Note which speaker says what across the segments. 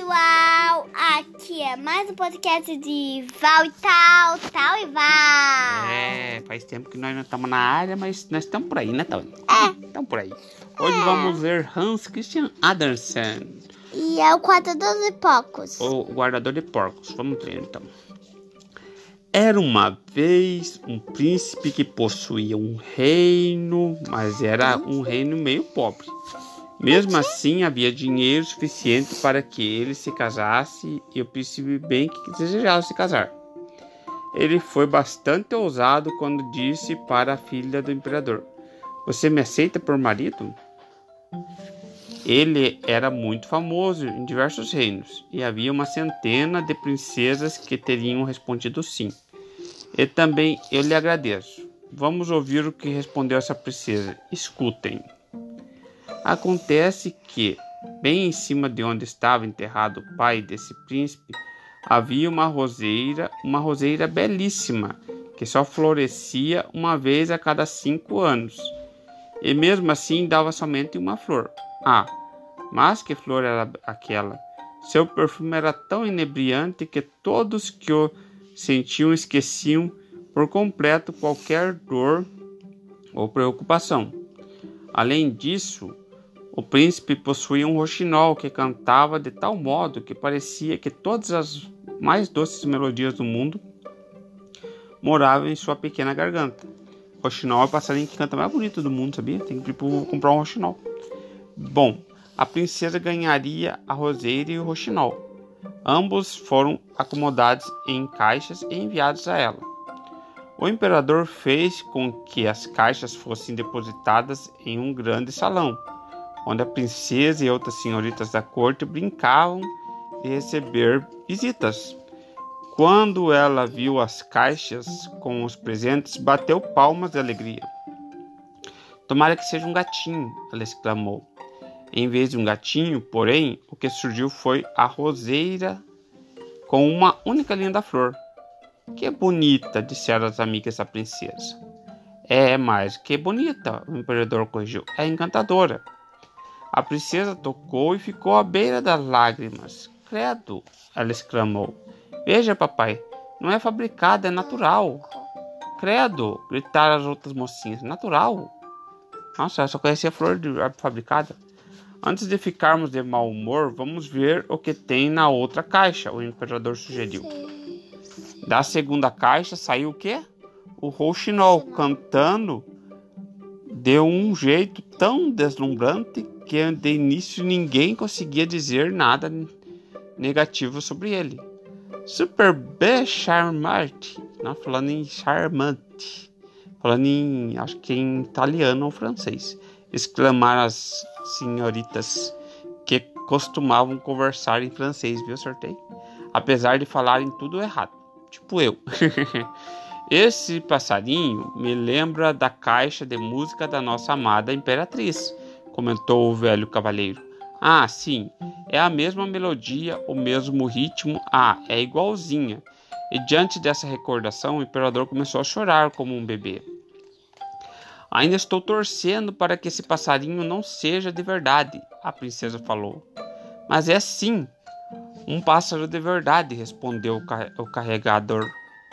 Speaker 1: pessoal, aqui é mais um podcast de Val e Tal e Val.
Speaker 2: Faz tempo que nós não estamos na área, mas nós estamos por aí, né, Tal? Estamos por aí. Hoje vamos ler Hans Christian Andersen.
Speaker 1: E é o Guardador de Porcos.
Speaker 2: O Guardador de Porcos. Vamos ler, então. Era uma vez um príncipe que possuía um reino, mas era um reino meio pobre. Mesmo assim, havia dinheiro suficiente para que ele se casasse e o príncipe bem que desejava se casar. Ele foi bastante ousado quando disse para a filha do imperador: "Você me aceita por marido?" Ele era muito famoso em diversos reinos e havia uma centena de princesas que teriam respondido sim. E também eu lhe agradeço. Vamos ouvir o que respondeu essa princesa. Escutem. Acontece que, bem em cima de onde estava enterrado o pai desse príncipe, havia uma roseira belíssima, que só florescia uma vez a cada 5 anos. E mesmo assim dava somente uma flor. Mas que flor era aquela? Seu perfume era tão inebriante que todos que o sentiam esqueciam por completo qualquer dor ou preocupação. Além disso, o príncipe possuía um roxinol que cantava de tal modo que parecia que todas as mais doces melodias do mundo moravam em sua pequena garganta. Roxinol é o passarinho que canta mais bonito do mundo, sabia? Tem que comprar um roxinol. Bom, a princesa ganharia a roseira e o roxinol. Ambos foram acomodados em caixas e enviados a ela. O imperador fez com que as caixas fossem depositadas em um grande salão, onde a princesa e outras senhoritas da corte brincavam de receber visitas. Quando ela viu as caixas com os presentes, bateu palmas de alegria. "Tomara que seja um gatinho", ela exclamou. Em vez de um gatinho, porém, o que surgiu foi a roseira com uma única linha da flor. "Que bonita", disseram as amigas da princesa. "É mais que bonita", o imperador corrigiu. "É encantadora." A princesa tocou e ficou à beira das lágrimas. "Credo", ela exclamou. "Veja, papai, não é fabricada, é natural." "Credo", gritaram as outras mocinhas. "Natural?" Nossa, eu só conhecia flor fabricada. "Antes de ficarmos de mau humor, vamos ver o que tem na outra caixa", o imperador sugeriu. Da segunda caixa saiu o quê? O rouxinol, cantando de um jeito tão deslumbrante que de início ninguém conseguia dizer nada negativo sobre ele. "Super bem charmante", não, falando em charmante, falando em, acho que em italiano ou francês, exclamaram as senhoritas que costumavam conversar em francês, viu, sorteio? Apesar de falarem tudo errado, tipo eu. "Esse passarinho me lembra da caixa de música da nossa amada imperatriz", comentou o velho cavalheiro. "Ah, sim, é a mesma melodia, o mesmo ritmo, é igualzinha." E diante dessa recordação, o imperador começou a chorar como um bebê. "Ainda estou torcendo para que esse passarinho não seja de verdade", a princesa falou. "Mas é sim, um pássaro de verdade", respondeu o carregador.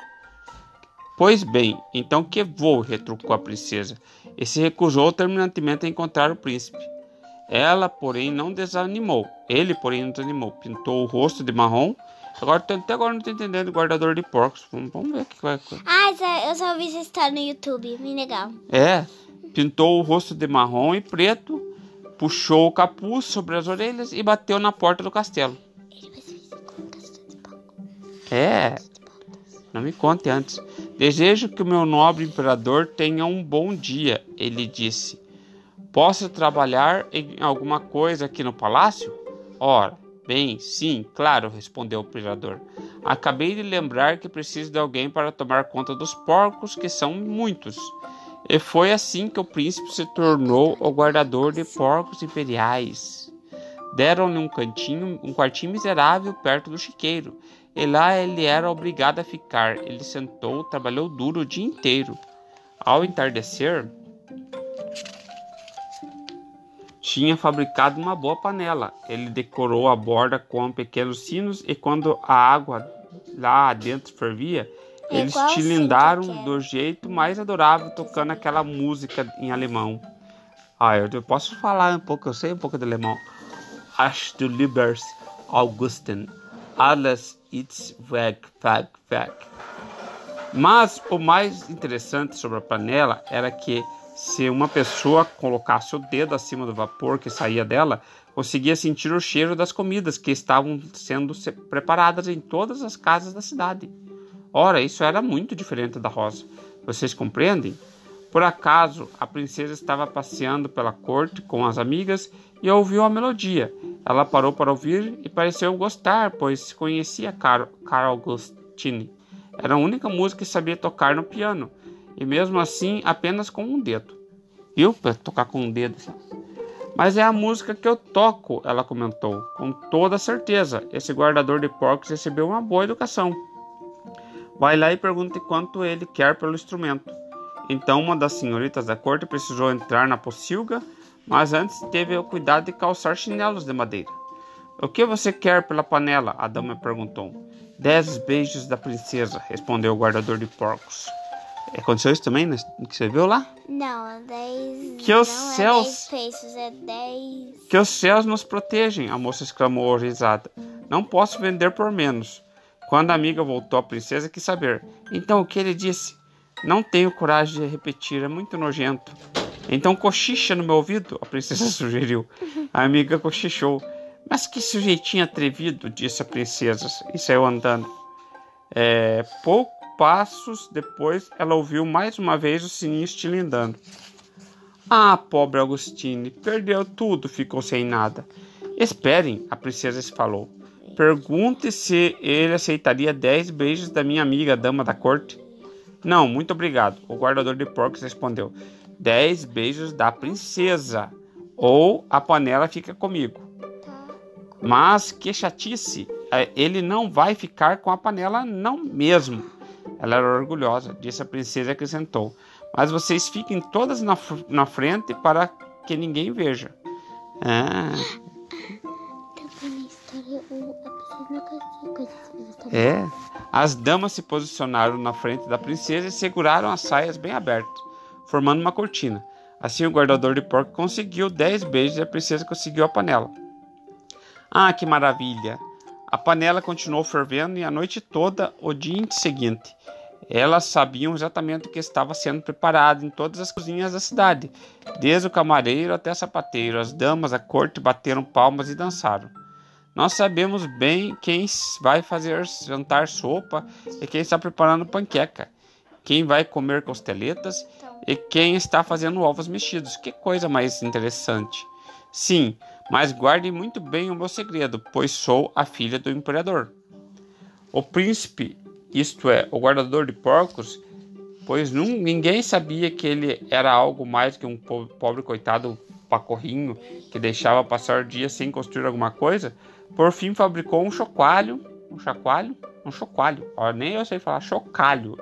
Speaker 2: "Pois bem, então que vou", retrucou a princesa, e se recusou terminantemente a encontrar o príncipe. Ele, porém, não desanimou. Pintou o rosto de marrom. Até agora não estou entendendo o Guardador de Porcos. Vamos ver o que vai acontecer.
Speaker 1: Eu só vi essa história no YouTube, bem legal.
Speaker 2: Pintou o rosto de marrom e preto, puxou o capuz sobre as orelhas e bateu na porta do castelo.
Speaker 1: Ele vai se vestir como Guardador de Porcos.
Speaker 2: Não me conte antes. "Desejo que o meu nobre imperador tenha um bom dia", ele disse. "Posso trabalhar em alguma coisa aqui no palácio?" "Ora, bem, sim, claro", respondeu o imperador. "Acabei de lembrar que preciso de alguém para tomar conta dos porcos, que são muitos." E foi assim que o príncipe se tornou o guardador de porcos imperiais. Deram-lhe um quartinho miserável perto do chiqueiro, e lá ele era obrigado a ficar. Ele sentou, trabalhou duro o dia inteiro. Ao entardecer, tinha fabricado uma boa panela. Ele decorou a borda com pequenos sinos e quando a água lá dentro fervia, eles tilindaram do jeito mais adorável, tocando aquela música em alemão. Eu posso falar um pouco, eu sei um pouco de alemão. Ach du liebes Augustin, alles ist weg. Mas o mais interessante sobre a panela era que se uma pessoa colocasse o dedo acima do vapor que saía dela, conseguia sentir o cheiro das comidas que estavam sendo preparadas em todas as casas da cidade. Ora, isso era muito diferente da rosa. Vocês compreendem? Por acaso, a princesa estava passeando pela corte com as amigas e ouviu a melodia. Ela parou para ouvir e pareceu gostar, pois conhecia Carl Augustine. Era a única música que sabia tocar no piano, e mesmo assim apenas com um dedo. Viu? Para tocar com um dedo. Mas é a música que eu toco, ela comentou, com toda certeza. Esse guardador de porcos recebeu uma boa educação. Vai lá e pergunte quanto ele quer pelo instrumento. Então uma das senhoritas da corte precisou entrar na pocilga, mas antes teve o cuidado de calçar chinelos de madeira. O que você quer pela panela? A dama perguntou. 10 beijos da princesa, respondeu o guardador de porcos. Aconteceu isso também, né? Que você viu lá?
Speaker 1: Não, 10...
Speaker 2: Que os céus...
Speaker 1: 10 peixes, é 10...
Speaker 2: Que os céus nos protegem, a moça exclamou horrorizada. Não posso vender por menos. Quando a amiga voltou, a princesa quis saber. Então, o que ele disse? Não tenho coragem de repetir, é muito nojento. Então, cochicha no meu ouvido, a princesa sugeriu. A amiga cochichou. Mas que sujeitinho atrevido, disse a princesa, e saiu andando. Poucos passos depois, ela ouviu mais uma vez o sininho estilindando. Ah, pobre Augustine, perdeu tudo, ficou sem nada. Esperem, a princesa falou. Pergunte se ele aceitaria 10 beijos da minha amiga, a dama da corte. Não, muito obrigado, o guardador de porcos respondeu. 10 beijos da princesa, ou a panela fica comigo. Mas que chatice, ele não vai ficar com a panela não mesmo. Ela era orgulhosa, disse a princesa e acrescentou. Mas vocês fiquem todas na frente para que ninguém veja. As damas se posicionaram na frente da princesa e seguraram as saias bem abertas, formando uma cortina. Assim o guardador de porco conseguiu 10 beijos e a princesa conseguiu a panela. Ah, que maravilha! A panela continuou fervendo e a noite toda, o dia seguinte. Elas sabiam exatamente o que estava sendo preparado em todas as cozinhas da cidade, desde o camareiro até o sapateiro. As damas da corte bateram palmas e dançaram. Nós sabemos bem quem vai fazer jantar sopa e quem está preparando panqueca, quem vai comer costeletas e quem está fazendo ovos mexidos. Que coisa mais interessante! Sim, mas guarde muito bem o meu segredo, pois sou a filha do imperador. O príncipe, isto é, o guardador de porcos, pois ninguém sabia que ele era algo mais que um pobre coitado pacorrinho que deixava passar dias sem construir alguma coisa, por fim fabricou um chocalho, nem eu sei falar, chocalho,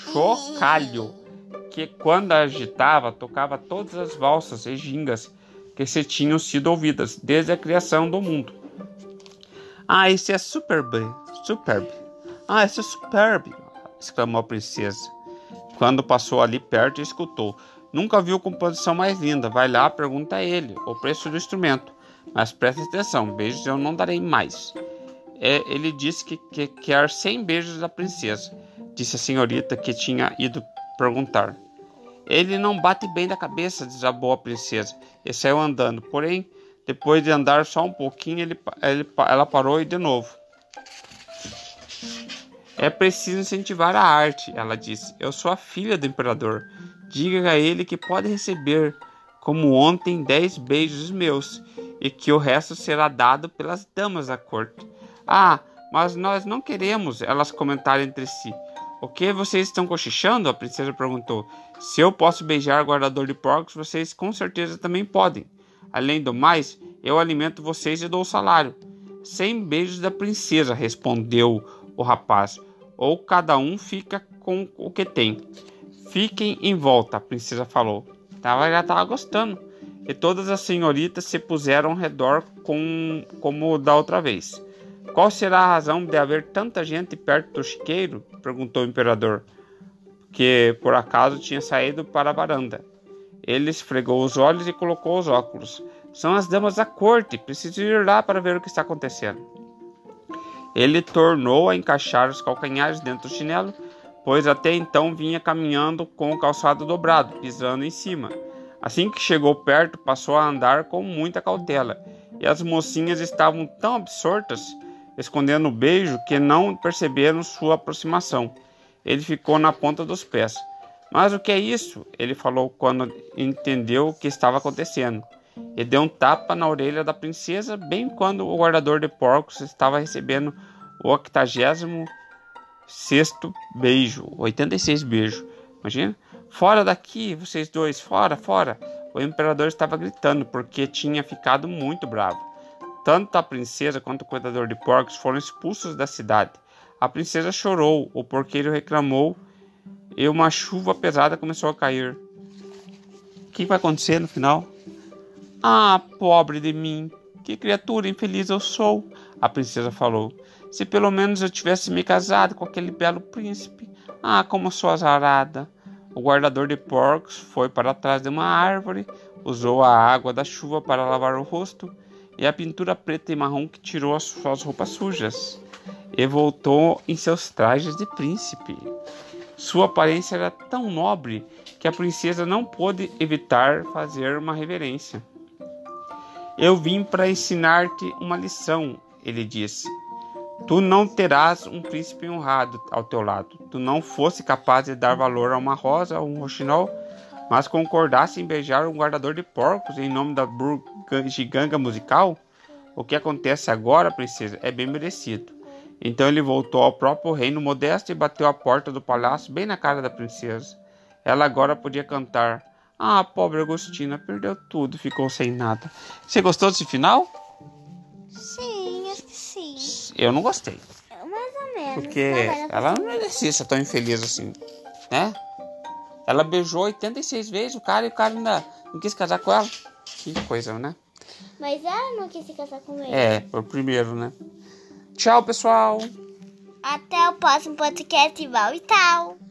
Speaker 2: que quando agitava, tocava todas as valsas e gingas que se tinham sido ouvidas desde a criação do mundo. Ah, isso é superbe. Ah, isso é superbe, exclamou a princesa, quando passou ali perto e escutou. Nunca viu composição mais linda. Vai lá, pergunta a ele o preço do instrumento. Mas preste atenção, beijos eu não darei mais. Ele disse que quer 100 beijos da princesa, disse a senhorita que tinha ido perguntar. Ele não bate bem da cabeça, desabou a princesa, e saiu andando. Porém, depois de andar só um pouquinho, ela parou e de novo. É preciso incentivar a arte, ela disse. Eu sou a filha do imperador. Diga a ele que pode receber, como ontem, 10 beijos meus, e que o resto será dado pelas damas da corte. Ah, mas nós não queremos, elas comentaram entre si. O que vocês estão cochichando? A princesa perguntou. Se eu posso beijar o guardador de porcos, vocês com certeza também podem. Além do mais, eu alimento vocês e dou o salário. 100 beijos da princesa, respondeu o rapaz. Ou cada um fica com o que tem. Fiquem em volta, a princesa falou. Ela já estava gostando. e todas as senhoritas se puseram ao redor como da outra vez. Qual será a razão de haver tanta gente perto do chiqueiro? Perguntou o imperador, que por acaso tinha saído para a varanda. Ele esfregou os olhos e colocou os óculos. São as damas da corte, preciso ir lá para ver o que está acontecendo. Ele tornou a encaixar os calcanhares dentro do chinelo, pois até então vinha caminhando com o calçado dobrado, pisando em cima. Assim que chegou perto, passou a andar com muita cautela, e as mocinhas estavam tão absortas, escondendo o beijo, que não perceberam sua aproximação. Ele ficou na ponta dos pés. Mas o que é isso? Ele falou quando entendeu o que estava acontecendo. E deu um tapa na orelha da princesa, bem quando o guardador de porcos estava recebendo o 86º beijo. 86 beijos. Imagina? Fora daqui, vocês dois, fora, fora. O imperador estava gritando, porque tinha ficado muito bravo. Tanto a princesa quanto o cuidador de porcos foram expulsos da cidade. A princesa chorou, o porqueiro reclamou e uma chuva pesada começou a cair. O que vai acontecer no final? Ah, pobre de mim, que criatura infeliz eu sou, a princesa falou. Se pelo menos eu tivesse me casado com aquele belo príncipe. Ah, como sou azarada. O guardador de porcos foi para trás de uma árvore, usou a água da chuva para lavar o rosto e a pintura preta e marrom que tirou as suas roupas sujas, e voltou em seus trajes de príncipe. Sua aparência era tão nobre que a princesa não pôde evitar fazer uma reverência. Eu vim para ensinar-te uma lição, ele disse. Tu não terás um príncipe honrado ao teu lado. Tu não fosse capaz de dar valor a uma rosa ou um roxinol, mas concordasse em beijar um guardador de porcos em nome da giganga musical? O que acontece agora, princesa, é bem merecido. Então ele voltou ao próprio reino modesto e bateu a porta do palácio bem na cara da princesa. Ela agora podia cantar. Ah, pobre Agostina, perdeu tudo, ficou sem nada. Você gostou desse final?
Speaker 1: Sim, acho que sim.
Speaker 2: Eu não gostei.
Speaker 1: Mais ou menos.
Speaker 2: Porque ela não merecia ser tão infeliz assim, né? Ela beijou 86 vezes o cara e o cara ainda não quis casar com ela. Que coisa, né?
Speaker 1: Mas ela não quis se casar com ele.
Speaker 2: É, por primeiro, né? Tchau, pessoal.
Speaker 1: Até o próximo podcast, Val e tal.